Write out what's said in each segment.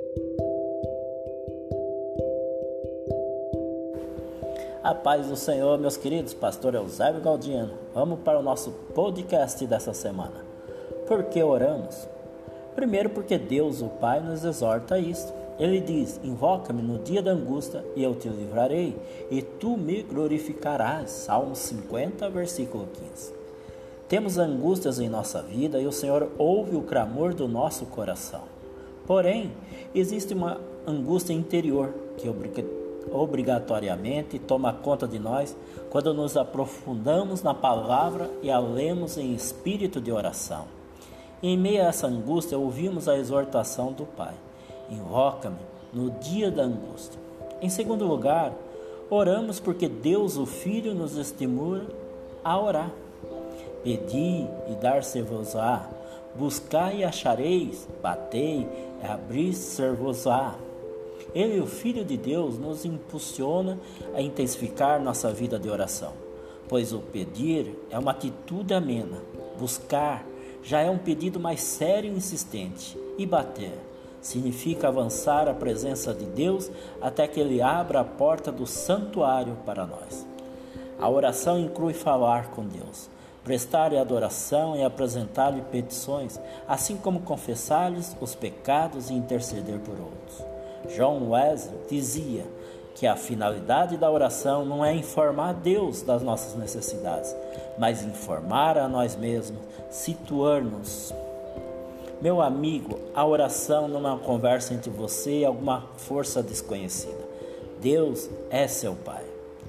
A paz do Senhor, meus queridos, pastor Eusébio Galdino. Vamos para o nosso podcast dessa semana. Por que oramos? Primeiro, porque Deus, o Pai, nos exorta a isto. Ele diz: invoca-me no dia da angústia e eu te livrarei, e tu me glorificarás. Salmo 50, versículo 15. Temos angústias em nossa vida e o Senhor ouve o clamor do nosso coração. Porém, existe uma angústia interior que obrigatoriamente toma conta de nós quando nos aprofundamos na palavra e a lemos em espírito de oração. Em meio a essa angústia, ouvimos a exortação do Pai: invoca-me no dia da angústia. Em segundo lugar, oramos porque Deus, o Filho, nos estimula a orar. Pedi e dar-se-vos-á, buscai e achareis, batei e abrir-se-vos-á. Ele, o Filho de Deus, nos impulsiona a intensificar nossa vida de oração, pois o pedir é uma atitude amena, buscar já é um pedido mais sério e insistente, e bater significa avançar à presença de Deus até que Ele abra a porta do santuário para nós. A oração inclui falar com Deus, prestar-lhe adoração e apresentar-lhe petições, assim como confessar-lhes os pecados e interceder por outros. John Wesley dizia que a finalidade da oração não é informar Deus das nossas necessidades, mas informar a nós mesmos, situar-nos. Meu amigo, a oração não é uma conversa entre você e alguma força desconhecida. Deus é seu Pai,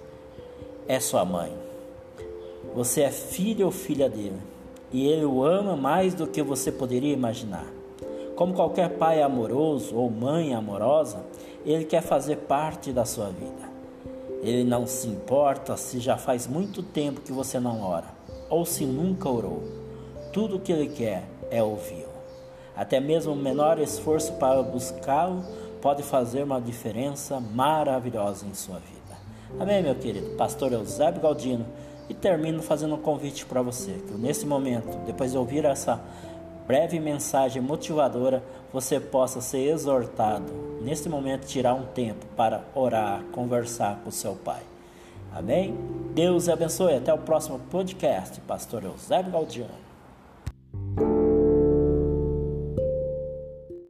é sua mãe. Você é filho ou filha dele, e Ele o ama mais do que você poderia imaginar. Como qualquer pai amoroso ou mãe amorosa, Ele quer fazer parte da sua vida. Ele não se importa se já faz muito tempo que você não ora, ou se nunca orou. Tudo o que Ele quer é ouvi-lo. Até mesmo o menor esforço para buscá-lo pode fazer uma diferença maravilhosa em sua vida. Amém, meu querido? Pastor Eusébio Galdino. E termino fazendo um convite para você, que nesse momento, depois de ouvir essa breve mensagem motivadora, você possa ser exortado, nesse momento, tirar um tempo para orar, conversar com seu Pai. Amém? Deus abençoe. Até o próximo podcast, pastor Eusébio Galdino.